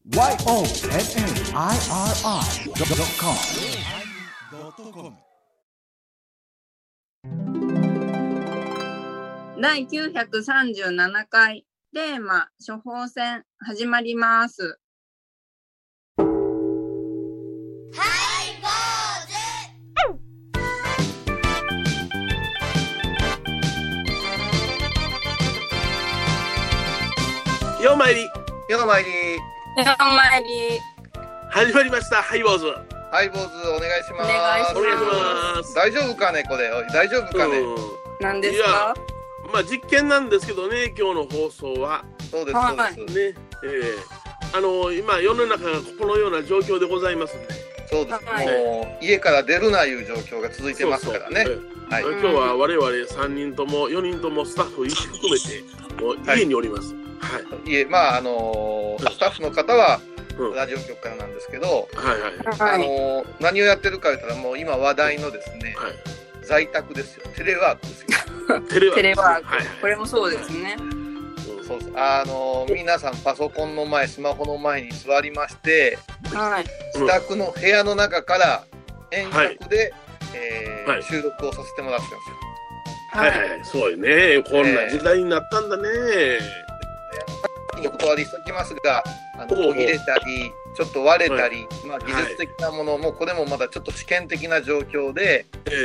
YONNIRI.com 第937回テーマ処方箋始まります。 ようまいりようまいり始まりました。ハイボーズお願いします。 お願いします。 大丈夫かねこれ。大丈夫かね。 何ですか？ まあ実験なんですけどね、今日の放送は。 そうです、 はいそうです。 ね、今世の中がこのような状況でございますんで。 そうです。 はいもう家から出るないう状況が続いてますからね。はい。 今日は我々3人とも4人ともスタッフ一緒含めてもう家におります。はい。 まあスタッフの方はうんラジオ局からなんですけど、 はいはい何をやってるか言ったらもう今話題のですね、 はい。 在宅ですよ。テレワークですよ。 テレワーク。 テレワーク、 はいはい。 これもそうですね。 そうそう。皆さんパソコンの前、スマホの前に座りまして、 はい。 自宅の部屋の中から遠隔で、 はい収録をさせてもらってますよ。 はいはいはい。そうよね。こんな時代になったんだね。 お断りしておきますが、途切れたり、ちょっと割れたり、まあ技術的なものも、これもまだちょっと試験的な状況で、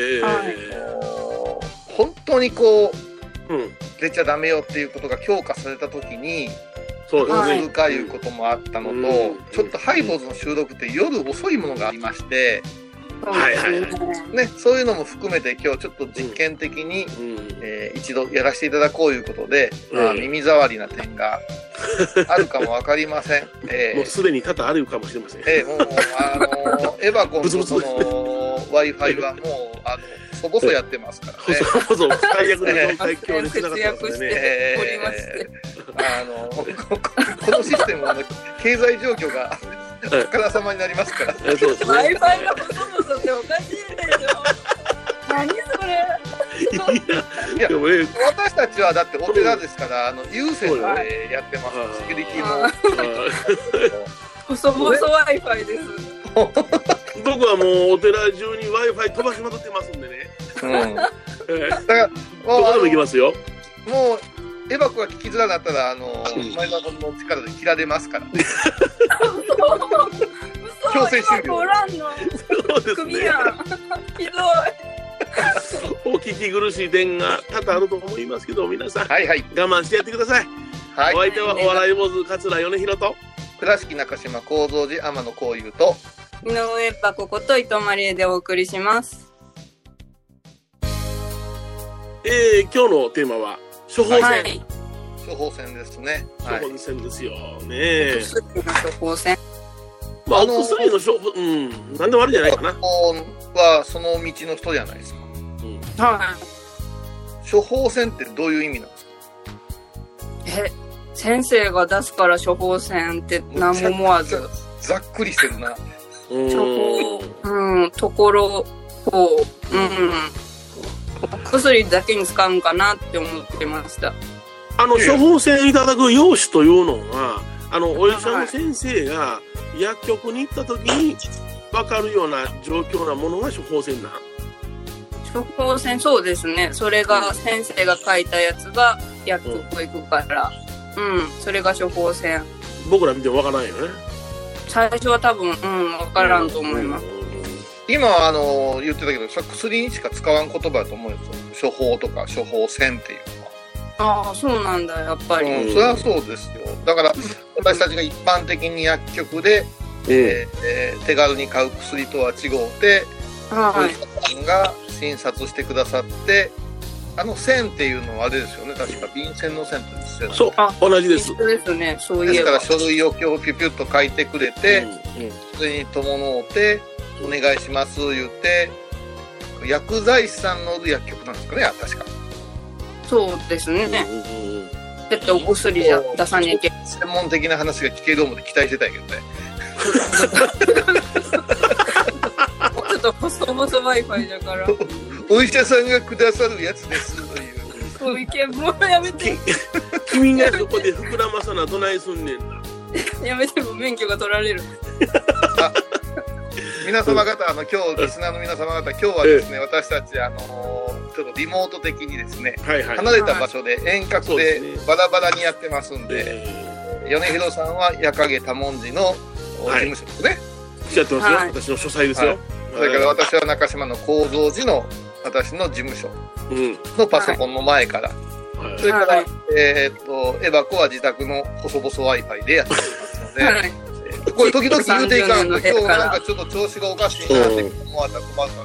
本当にこう、出ちゃダメよっていうことが強化されたときに、 そうですね。 どうするかいうこともあったのと、ちょっとハイボーズの収録って夜遅いものがありまして、 はいはいはい。 ね、そういうのも含めて今日ちょっと実験的に、一度やらせていただこういうことで、耳障りな点があるかもわかりません。 もうすでに多々あるかもしれません。 もうエヴァコンとその Wi-Fi はもう細々やってますからね。 細々最悪の状態強烈なかったですね。 おりまして、 このシステムはね、経済状況があからさまになりますから。 そうですね。 Wi-Fi が細々っておかしいでしょ。何それ。 いや、私たちはだってお寺ですから、有線でやってます。セキュリティも。 細々 Wi-Fi です。 僕はもうお寺中に Wi-Fi 飛ばしまくってますんでね。 だからどこでも行きますよ。 もうエバコが聞きづらかったら前田さんの力で切られますからね。強制終了。 そうですね。 ひどい。 お聞き苦しい点が多々あると思いますけど、皆さん、 はいはい、 我慢してやってください。 はい、 お相手はお笑い坊主桂米宏と倉敷中島幸三寺天野幸雄と井上箱こと伊藤マリエでお送りします。 今日のテーマは処方箋、 はい、 処方箋ですね。 処方箋ですよね。 処方箋。 まあお薬の処方、なんでもあるんじゃないかな。 はその道の人じゃないですか。 はい。 処方箋ってどういう意味なんですか？ 先生が出すから処方箋って何も思わず。 ざっくりしてるな。 処方、ところを、薬だけに使うんかなって思ってました。 処方箋いただく用紙というのは、お医者の先生が薬局に行った時に分かるような状況なものが処方箋な。 処方箋、そうですね。それが先生が書いたやつが薬局行くから、それが処方箋。 僕ら見ても分からないよね。 最初は多分、分からんと思います。 今言ってたけど、薬にしか使わん言葉だと思うんですよ。処方とか処方箋っていうのは。 ああ、そうなんだ、やっぱり。 それはそうですよ。だから私たちが一般的に薬局で、手軽に買う薬とは違うて、お医者さんが診察してくださって、線っていうのはあれですよね。確か便箋の線と一緒です。 そう、同じです。 一緒ですね。そういえば。 ですから書類をピュピュッと書いてくれて、それに伴ってお願いします言って、薬剤師さんの薬局なんですかね、確か。 そうですね。だってお薬じゃ出さなきゃいけない。 専門的な話が聞ける思って期待してたけどね。 もうちょっと細々 Wi-Fi だから。 お医者さんがくださるやつですという。 そういう件もうやめて。 君がそこで膨らまさなどないすんねんな。 やめても免許が取られる。 皆様方、今日、リスナーの皆様方、今日はですね、私たち、ちょっとリモート的にですね、離れた場所で遠隔でバラバラにやってますんで、米広さんは矢影多文字の事務所ですね。 やってますよ。私の書斎ですよ。 それから私は中島の構造寺の私の事務所のパソコンの前から。それから、エバコは自宅の細々 Wi-Fi でやってますので、これ時々言うていかんと、今日なんかちょっと調子がおかしいなって思われたら困るから。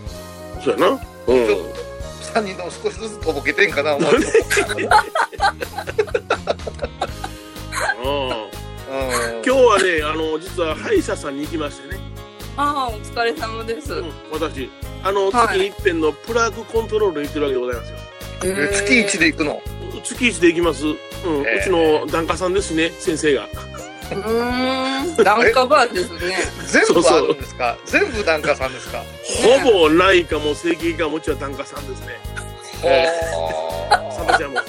そうやな。ちょっと3人とも少しずつとぼけてんかな思って。 今日はね、実は歯医者さんに行きましてね。 お疲れ様です。 私、月に一遍のプラグコントロール行ってるわけでございますよ。 月1で行くの？ 月1で行きます。うちの檀家さんですね、先生が。 檀家バーですね。 全部あるんですか？全部檀家さんですか？ ほぼないかも正規かもちろん檀家さんですね。サバちゃんも。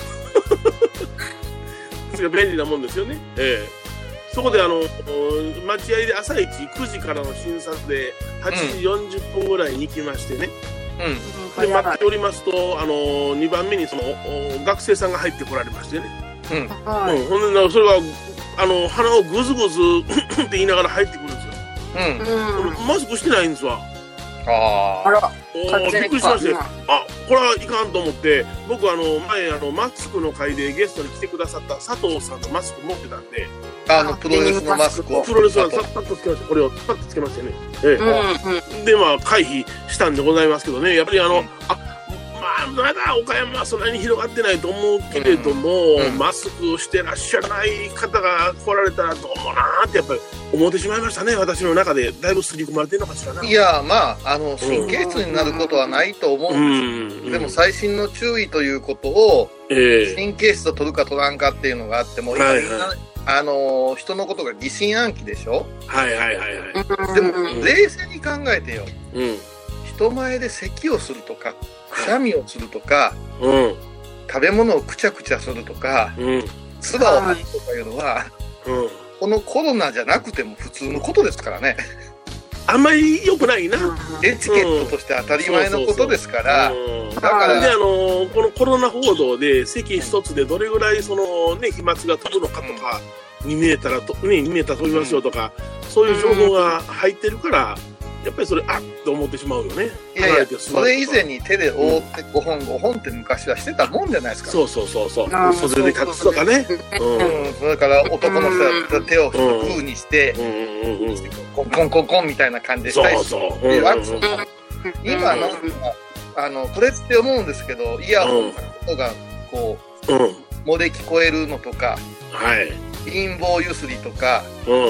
それが便利なもんですよね。そこで待合で朝一9時からの診察で8時40分ぐらいに行きましてね。で待っておりますと2番目にその学生さんが入ってこられましてね。ほんでそれが鼻をグズグズって言いながら入ってくるんですよ。マスクしてないんですわ。 あら、 びっくりしまして、これはいかんと思って、僕前マスクの会でゲストに来てくださった佐藤さんのマスク持ってたんで、 プロレスのマスクを。 プロレスはパッとつけました。これをパッとつけましてね。で、回避したんでございますけどね、やっぱりまだ岡山はそんなに広がってないと思うけれども、マスクをしてらっしゃらない方が来られたらどうもなーってやっぱり思ってしまいましたね。私の中でだいぶ刷り込まれてるのかしらな。 いや、神経質になることはないと思うんですよ。でも細心の注意ということを、神経質を取るか取らんかっていうのがあっても、人のことが疑心暗鬼でしょ。でも冷静に考えてよ。人前で咳をするとか、くしゃみをするとか、食べ物をくちゃくちゃするとか、唾を吐くとかいうのは、このコロナじゃなくても普通のことですからね。 あんまり良くないな。 エチケットとして当たり前のことですから。 だからでこのコロナ報道で咳一つでどれぐらいそのね飛沫が飛ぶのかとか、2メーター飛びますよとか、そういう情報が入ってるから。やっぱりそれと思ってしまうよね。 いやいや、それ以前に手で覆って5本5本って昔はしてたもんじゃないですか。 そう。袖で隠すとかね。 それから男の人は手を風にして、コンコンコンコンみたいな感じでしたりする。今これって思うんですけど、イヤホンの音がこう、漏れ聞こえるのとか、陰謀ゆすりとか、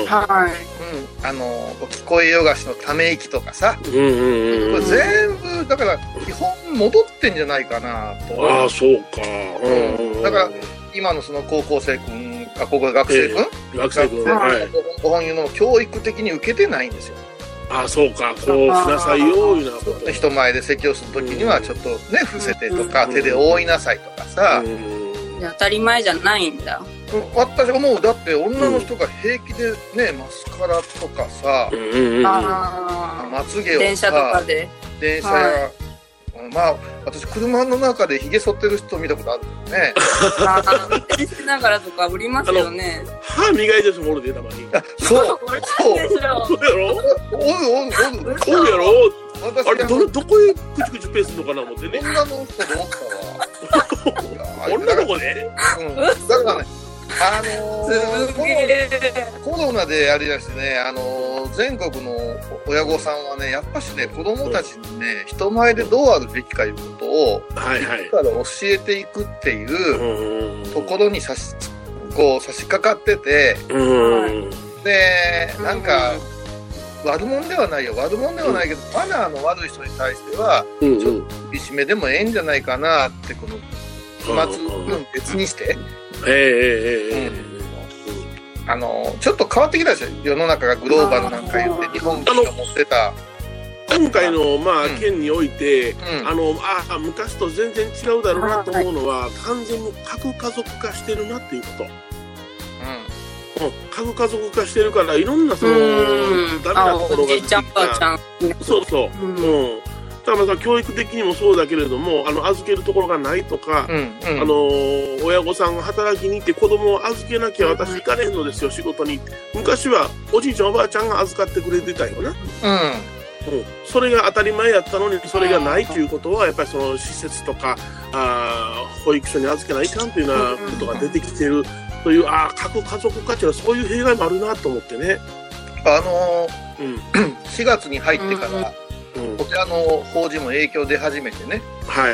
聞こえよがしのため息とかさ、これ全部だから基本戻ってんじゃないかなと。 そうか。 だから今のその高校生君、学生君、本いうのを教育的に受けてないんですよ。 そうか、こうしなさいよいうなこと。 人前で咳をするときにはちょっとね伏せてとか手で覆いなさいとかさ。 当たり前じゃないんだ。 私思う。だって女の人が平気でね、マスカラとかさ、まつげをさ、 電車とかで。 電車や、私車の中で髭剃ってる人見たことあるけどね。 運転しながらとかおりますよね。 歯磨いてる人もおるで、たまに。 そうやろおるやろあれ、どこへクチクチペースのかな思ってね。 女の人でおったわ。 女の子で？ だからね、コロナでやりだしてね、全国の親御さんはね、やっぱしね、子供たちにね、人前でどうあるべきかいうことを、から教えていくっていうところに差し掛かってて、で、なんか、悪者ではないけど、マナーの悪い人に対しては、ちょっと厳しめでもええんじゃないかなって、この、飛沫別にして、ちょっと変わってきたでしょ。世の中がグローバルなんか言って、日本人が持ってた。 今回の件において、昔と全然違うだろうなと思うのは、完全に核家族化してるなっていうこと。 核家族化してるから、いろんなダメなところがおじいちゃんばあちゃん。 そうそう。だから教育的にもそうだけれども、預けるところがないとか、親御さんが働きに行って子供を預けなきゃ私行かれへんのですよ、仕事に。昔はおじいちゃんおばあちゃんが預かってくれてたよな。それが当たり前やったのに、それがないということは、やっぱりその施設とか保育所に預けないかんというようなことが出てきているという、核家族化というのはそういう弊害もあるなと思ってね。 4月に入ってから、お寺の法事も影響出始めてね。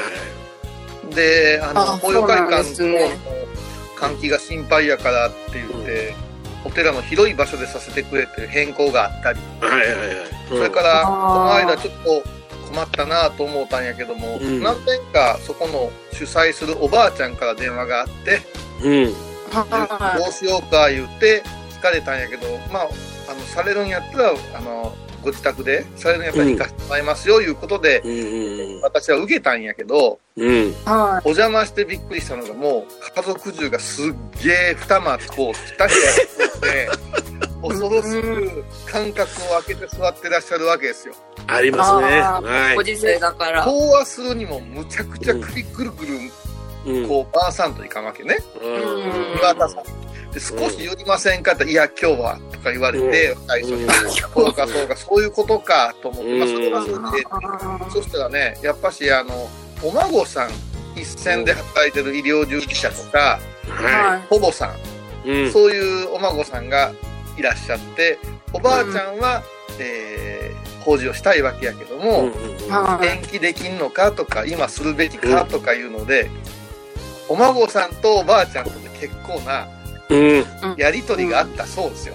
で、法要会館の換気が心配やからって言って、お寺の広い場所でさせてくれっていう変更があったり。それから、この間ちょっと困ったなと思ったんやけども、何点かそこの主催するおばあちゃんから電話があって、どうしようか言って聞かれたんやけど、されるんやったら、ご自宅でされるんやったら行かせてもらいますよいうことで、私は受けたんやけど、お邪魔してびっくりしたのが、もう家族中がすっげえ二幕こうひたひたやって恐ろしく間隔を空けて座ってらっしゃるわけですよ。 ありますね。 ご時世だから。 講話するにもむちゃくちゃ首ぐるぐるこう回さんといかんわけね。見渡さんで少し寄りませんかって、いや今日はとか言われて、最初にそうかそういうことかと思って、それはそれで、そしたらね、やっぱしお孫さん一線で働いてる医療従事者とか、保母さん、そういうお孫さんがいらっしゃって、おばあちゃんは、法事をしたいわけやけども、延期できんのかとか今するべきかとかいうので、お孫さんとおばあちゃんとで結構なやりとりがあったそうですよ。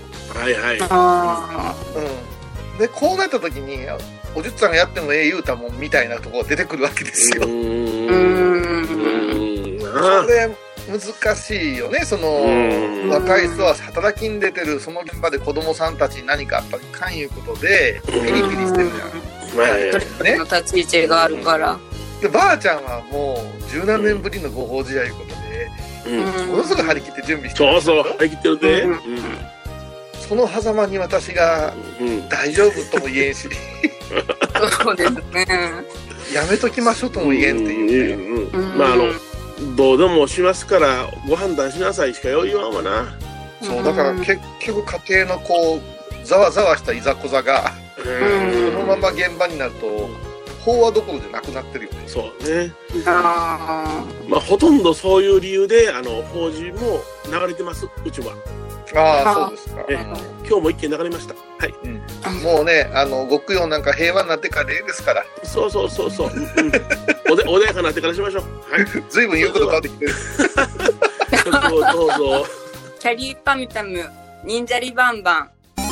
でこうなった時におじゅっさんがやっても言うたもんみたいなところ出てくるわけですよ。それ難しいよね。その若い人は働きに出てるその現場で子供さんたちに何かあったりかんいうことでピリピリしてるじゃん。 の立ち位置があるから。 でばあちゃんはもう十何年ぶりのご法事やいうことで、ものすごく張り切って準備してる。 そう張り切ってるね。 その狭間に私が大丈夫とも言えんし、 そうですね。 やめときましょうとも言えんっていうね。 どうでもしますからご判断しなさいしか言わんわな。 そうだから結局家庭のこうざわざわしたいざこざがそのまま現場になると法話どころじゃなくなってるよね。 そうね。ほとんどそういう理由で法事も流れてます、うちは。 そうですか。 今日も一件流れました。 もうね、ご供養なんか平和になってからでいいですから。 そう。穏やかになってからしましょう。 随分言うこと変わってきてる。 どうぞ。 キャリーパミュタム、忍者リバンバン。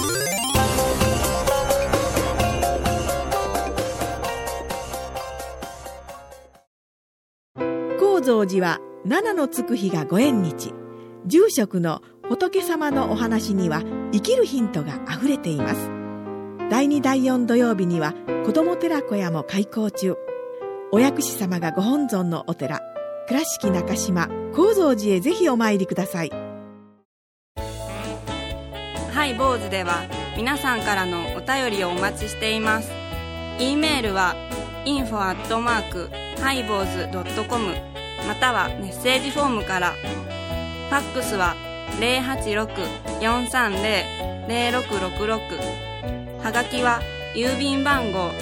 高蔵寺は七のつく日がご縁日。住職の仏様のお話には生きるヒントがあふれています。第2第4土曜日には子ども寺小屋も開校中。お薬師様がご本尊のお寺、倉敷中島・高蔵寺へぜひお参りください。 ハイボーズでは皆さんからのお便りをお待ちしています。 E メールは info@highboz.com またはメッセージフォームから。ファックスは 086-430-0666。はがきは郵便番号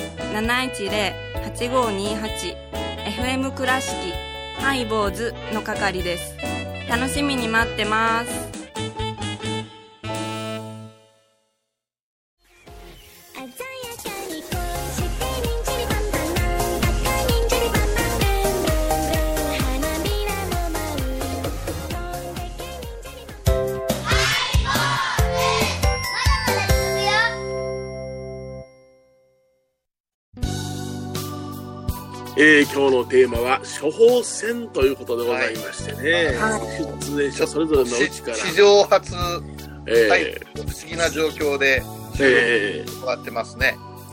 710-8528 FM 倉敷ハイボーズの係です。楽しみに待ってます。 今日のテーマは処方箋ということでございましてね、出演者それぞれのうちから史上初、不思議な状況で終わってますね。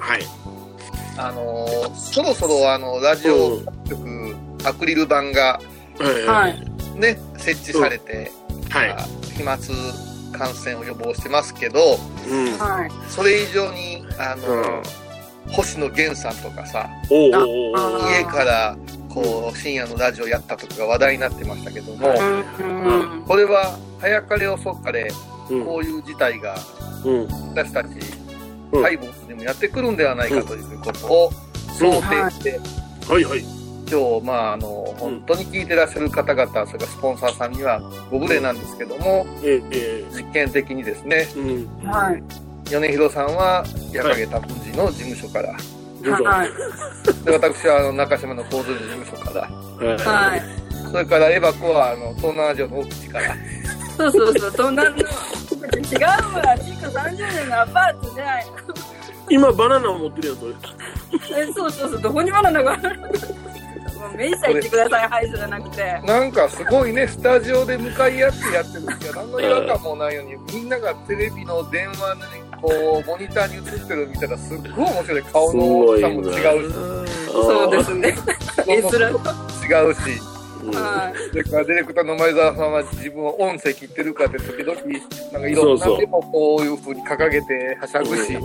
そろそろラジオ局アクリル板が、設置されて、飛沫感染を予防してますけど、 はい。 それ以上に星野源さんとかさ、 お家からこう深夜のラジオやったとかが話題になってましたけども、これは早かれ遅かれこういう事態が私たちハイボーズにもやってくるんではないかということを想定して、 はいはい。 今日本当に聞いてらっしゃる方々、それからスポンサーさんにはご無礼なんですけども、実験的にですね、 はい。 米広さんは矢影田文治の事務所から、 はい。 で私は中島の構造の事務所から、 はい。 それからエバコは東南アジアの奥地から。 そうそうそう、東南の、違うわ、築30年のアパートじゃない。 今バナナを持ってるやん、それ。 そうそうそう、どこにバナナがある？もうメイさん言ってください、ハイじゃなくて。 なんかすごいね、スタジオで向かい合ってやってるんですよ。何の違和感もないように、みんながテレビの電話にこうモニターに映ってるみたいな、すっごい面白い。顔の大きさも違うし、 そうですね。絵面も違うし。それからディレクターの前澤さんは自分を音声切ってるかって時々なんかいろんな手もこういう風に掲げてはしゃぐし、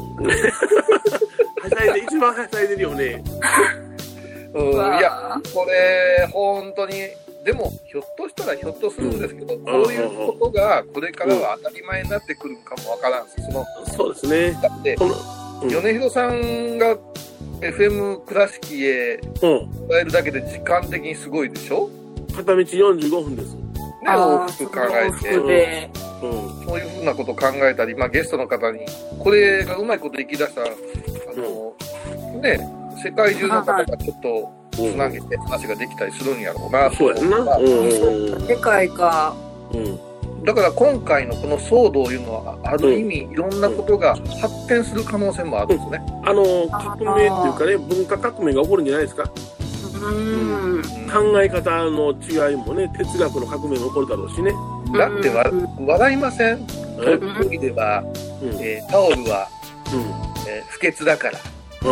一番はしゃいでるよね。 いやこれ本当にでもひょっとしたらひょっとするんですけど、こういうことがこれからは当たり前になってくるかもわからんし、 そうですね。 だって米広さんがFM 倉敷へ伝えるだけで時間的にすごいでしょ。 片道45分です。 ね、大きく考えて、そういうふうなことを考えたり、ゲストの方に、これがうまいこと言い出したら、ね、世界中の方がちょっとつなげて話ができたりするんやろうな、 そうやな。 世界か。 だから今回のこの騒動いうのは、ある意味、いろんなことが発展する可能性もあるんですね。 革命っていうかね、文化革命が起こるんじゃないですか。考え方の違いもね、哲学の革命も起こるだろうしね。 だって笑いません？そういう意味では、タオルは、不潔だから、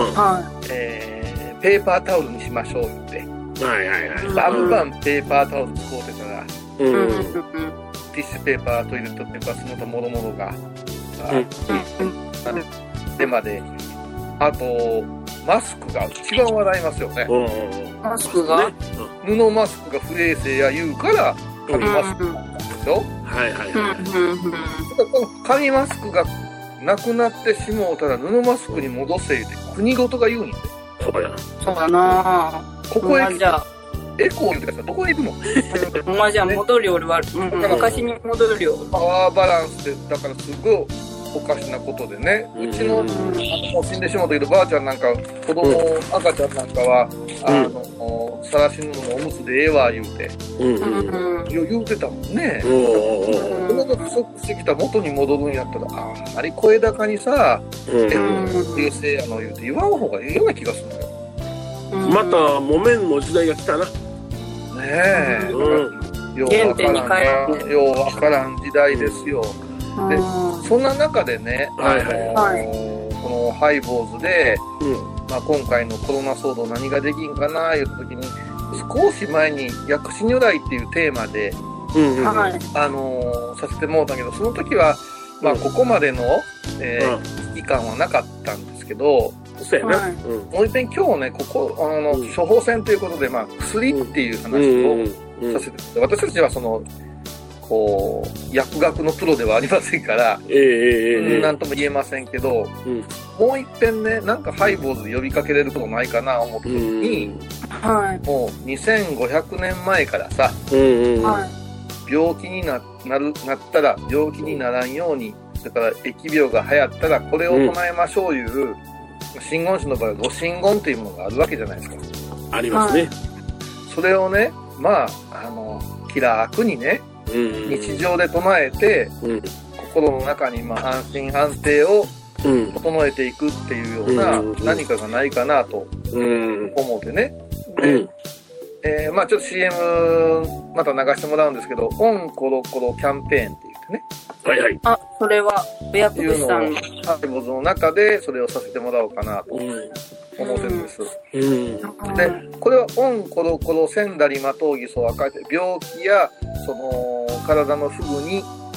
ペーパータオルにしましょうって。バンバンペーパータオル使うてたら、ティッシュペーパー、トイレットペーパー、その他もろもろが、でまで、あと、マスクが一番笑いますよね。 マスクが布マスクが不衛生や言うから紙マスクなんでしょ。紙マスクがなくなってしもうたら布マスクに戻せって国ごとが言うんで。 そうだな。 ここへじゃあエコー言うてからどこへ行くの？ お前じゃあ戻るよりは昔に戻るよ。 パワーバランスでだからすごいおかしなことでね、うちのもう死んでしまったけどばあちゃんなんか子供、赤ちゃんなんかはさらし布のおむつでええわ言うて、言うてたもんね。これが不足してきた元に戻るんやったら、あんまり声高にさ、平成やの言うて言わん方がいいような気がするんだよ。 また木綿の時代が来たな。 ねえ、ようわからん時代ですよ。でそんな中でね、このハイボーズで、今回のコロナ騒動何ができんかないう時に少し前に薬師如来っていうテーマで、させてもらったけど、その時は、ここまでの、危機感はなかったんですけど、 そうやな。 もう一遍今日ね、ここ処方箋ということで、薬っていう話をさせて、私たちはそのこう薬学のプロではありませんから、なんとも言えませんけど、もう一遍ね、なんかハイボーズで呼びかけれることないかな思った時に、もう2500年前からさ、病気になったら病気にならんように、それから疫病が流行ったらこれを唱えましょういう、真言宗の場合は御真言というものがあるわけじゃないですか。 ありますね。 それをね、気楽にね、日常で唱えて、心の中に安心安定を整えていくっていうような何かがないかなと思ってね。ちょっと CM また流してもらうんですけど、オンコロコロキャンペーンって言ってね。 それはお薬師さんのハイボーズの中でそれをさせてもらおうかなと思ってるんです。で、これはオンコロコロセンダリマトウギソは書いて、病気やその体の不具に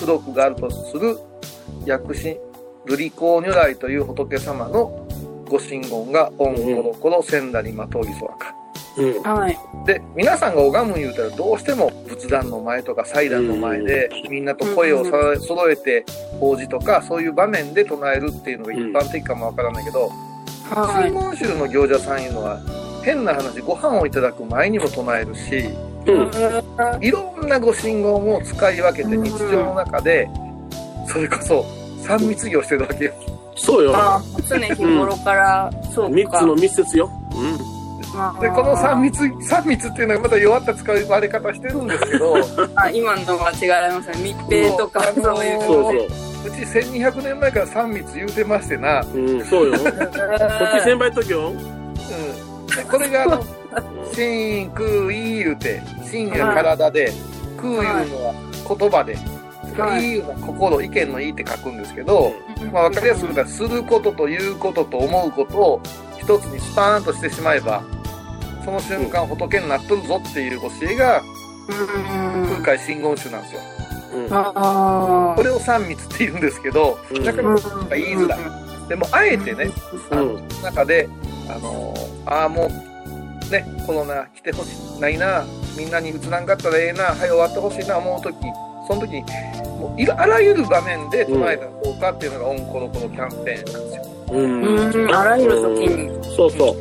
功徳があるとする薬師瑠璃光如来という仏様のご神言がオンコロコロ千成まとぎそわか。 はい。 で、皆さんが拝む言うたらどうしても仏壇の前とか祭壇の前でみんなと声を揃えて法事とかそういう場面で唱えるっていうのが一般的かもわからないけど、真言宗の行者さんいうのは変な話ご飯をいただく前にも唱えるし、いろんなご神言を使い分けて日常の中でそれこそ三密行してるわけよ。 そうよ。 常日頃から、そうか。 三つの密接よ。 で、この三密っていうのがまた弱った使われ方してるんですけど。 今のが違いますね。密閉とか、そういう。 そう。 うち1200年前から三密言うてましてな。 そうよ。こっち先輩の時よ。 でこれが心空意言うて、心が体で、空いうのは言葉で、意いうのは心、意見の意って書くんですけど、わかりやすく言うと、することということと思うことを一つにスパーンとしてしまえば、その瞬間仏になっとるぞっていう教えが、空海真言宗なんですよ。これを三密って言うんですけど、なかなか言いづらい。でも、あえてね、中で、もう、ね、コロナ来てほしいないな、みんなにうつらんかったらええな、はい、終わってほしいな、思うとき、その時に、もうあらゆる場面で唱えたらどうかっていうのがオンコロコロキャンペーンなんですよ。 あらゆる時に。 そうそう。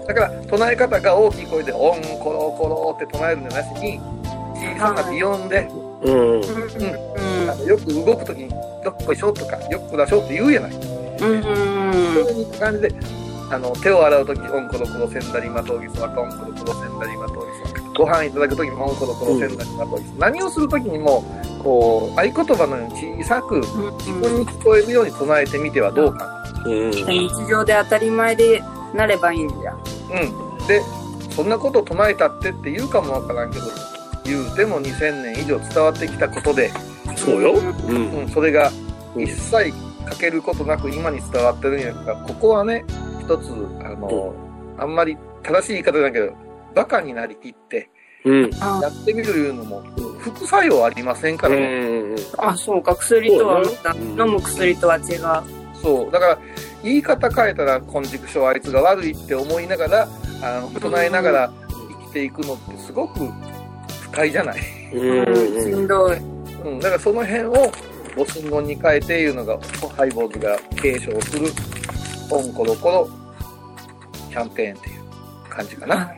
だから、唱え方が大きい声で、オンコロコロって唱えるんじゃなしに、小さなビヨンで、よく動くときに、どっこいしょとか、よっこらしょって言うやない。そういう感じで、手を洗うとき、オンコロコロセンダリマトウギソワカ、オンコロコロセンダリマトウギソワカ。ご飯いただくときも、オンコロコロセンダリマトウギソワカ。何をするときにも、こう、合言葉のように小さく、自分に聞こえるように唱えてみてはどうか。 日常で当たり前でなればいいんじゃ。 で、そんなこと唱えたって言うかもわからんけど、言うても2000年以上伝わってきたことで、 そうよ。 それが一切欠けることなく今に伝わってるんやから、ここはね、一つ、あんまり正しい言い方だけど、バカになりきって、やってみるいうのも、副作用ありませんからね。 そうか、薬とはまた、飲む薬とは違う。 そう。だから、言い方変えたら、今軸症あいつが悪いって思いながら、唱えながら生きていくのってすごく不快じゃない。 しんどい。 だからその辺を、ご神言に変えていうのが、ハイボーズが継承する、オンコロコロキャンペーンっていう感じかな。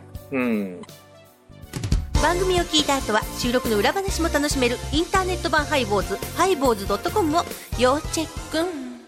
番組を聞いた後は収録の裏話も楽しめるインターネット版ハイボーズ、ハイボーズ.com を要チェック。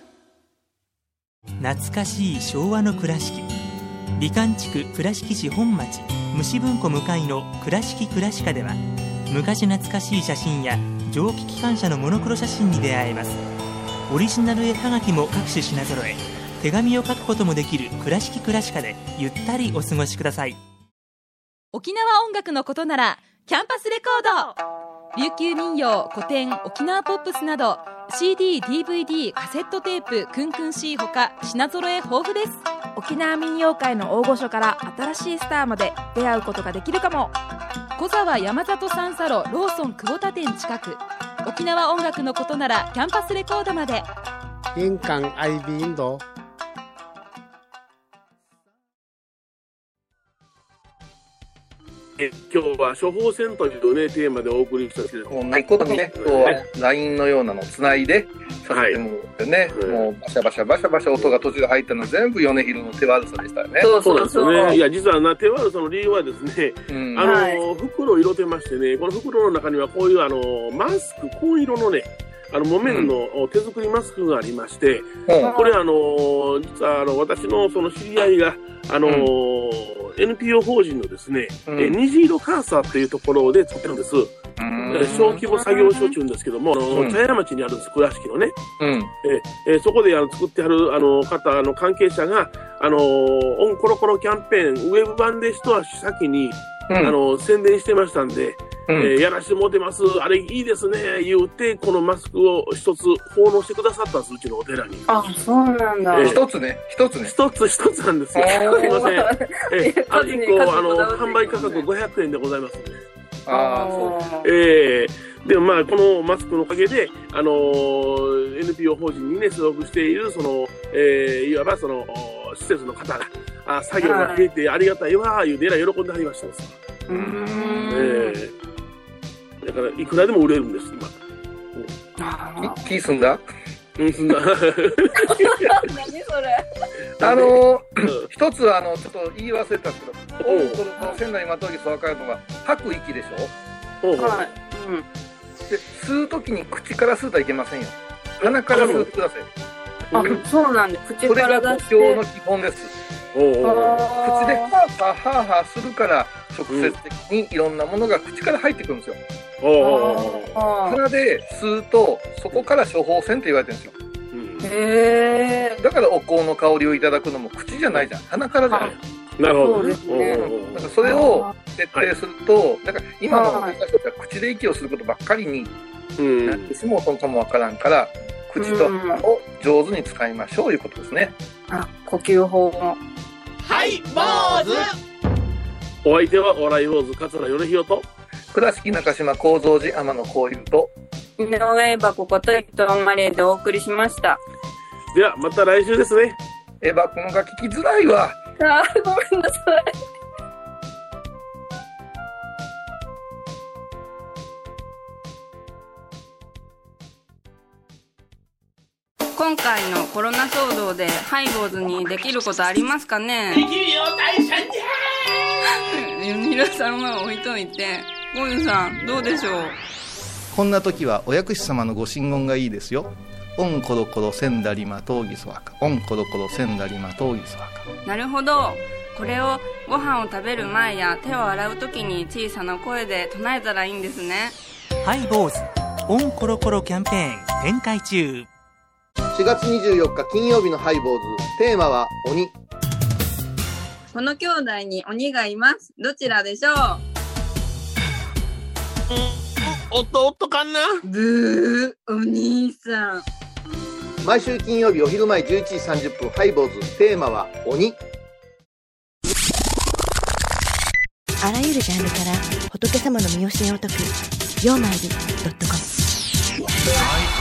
懐かしい昭和の倉敷、美観地区倉敷市本町虫文庫向かいの倉敷倉歯科では、昔懐かしい写真や蒸気機関車のモノクロ写真に出会えます。オリジナル絵はがきも各種品揃え、手紙を書くこともできる倉敷倉歯科でゆったりお過ごしください。 沖縄音楽のことならキャンパスレコード、琉球民謡、古典、沖縄ポップスなど CD、DVD、カセットテープ、クンクン C ほか品揃え豊富です。 沖縄民謡界の大御所から新しいスターまで出会うことができるかも。 小沢山里三佐路ローソン久保田店近く。沖縄音楽のことならキャンパスレコードまで。 印港 IB 印度。 今日は処方箋というね、テーマでお送りしたんですけど。 もうないことにね、今日は LINE のようなのをつないで、させてもらってね、もうバシャバシャバシャバシャ音が途中で入ったの全部米広の手悪さでしたよね。 そうなんですよね。いや、実は手悪さの理由はですね、袋を色てましてね、この袋の中にはこういうマスク、紺色のね、木綿の手作りマスクがありまして、これ実は私のその知り合いが、NPO 法人のですね、虹色カーサーっていうところで作ってるんです。小規模作業所中ですけども、茶屋町にあるんです、倉敷のね。そこで作ってある方の関係者が、オンコロコロキャンペーン、ウェブ版で一足先に、宣伝してましたんで、やらしてもうてます、あれいいですね、言うて、このマスクを一つ奉納してくださったんです、うちのお寺に。 そうなんだ。 一つなんですよ。すいません。1個、販売価格500円でございますね。 でもまあ、このマスクのおかげで、NPO 法人にね、所属している、いわば施設の方が、作業が増えてありがたいわ、いうでえらい喜んではりましたです。だから、いくらでも売れるんです、 今。気済んだ？ 済んだ。 何それ。 一つちょっと言い忘れたんですけど、仙台マトギス分かるのが、吐く息でしょ？ はい。 で、吸うときに口から吸うといけませんよ。鼻から吸ってください。 そうなんです。口から出して。 それが呼吸の基本です。口でハーハーするから、直接的にいろんなものが口から入ってくるんですよ。鼻で吸うと、そこから処方箋って言われてるんですよ。だからお香の香りをいただくのも口じゃないじゃん。鼻からじゃない。 なるほど。 だからそれを徹底すると、だから今の私たちは口で息をすることばっかりになってしまうことかもわからんから、口と鼻を上手に使いましょうということですね。 呼吸法も。 はい、坊主。 お相手はお笑い坊主桂米宏と倉敷中島幸三寺天野幸雄と井上箱こと伊藤マレーでお送りしました。 ではまた来週ですね。 箱のが聞きづらいわ。 ごめんなさい。 今回のコロナ騒動でハイボーズにできることありますかね？ できるよ、大社じゃー。皆さんは置いといて、ゴユさんどうでしょう？ こんな時はお薬師様のご神言がいいですよ。オンコロコロセンダリマトウギソワカ、オンコロコロセンダリマトウギソワカ。 なるほど。これをご飯を食べる前や手を洗う時に小さな声で唱えたらいいんですね。 ハイボーズオンコロコロキャンペーン展開中。 4月24日金曜日のハイボーズ、テーマは鬼。 この兄弟に鬼がいます。どちらでしょう？ 弟かな？ ブー、お兄さん。 毎週金曜日お昼前11時30分、ハイボーズ、テーマは鬼。 あらゆるジャンルから仏様の身教えを解く曜マイル.com。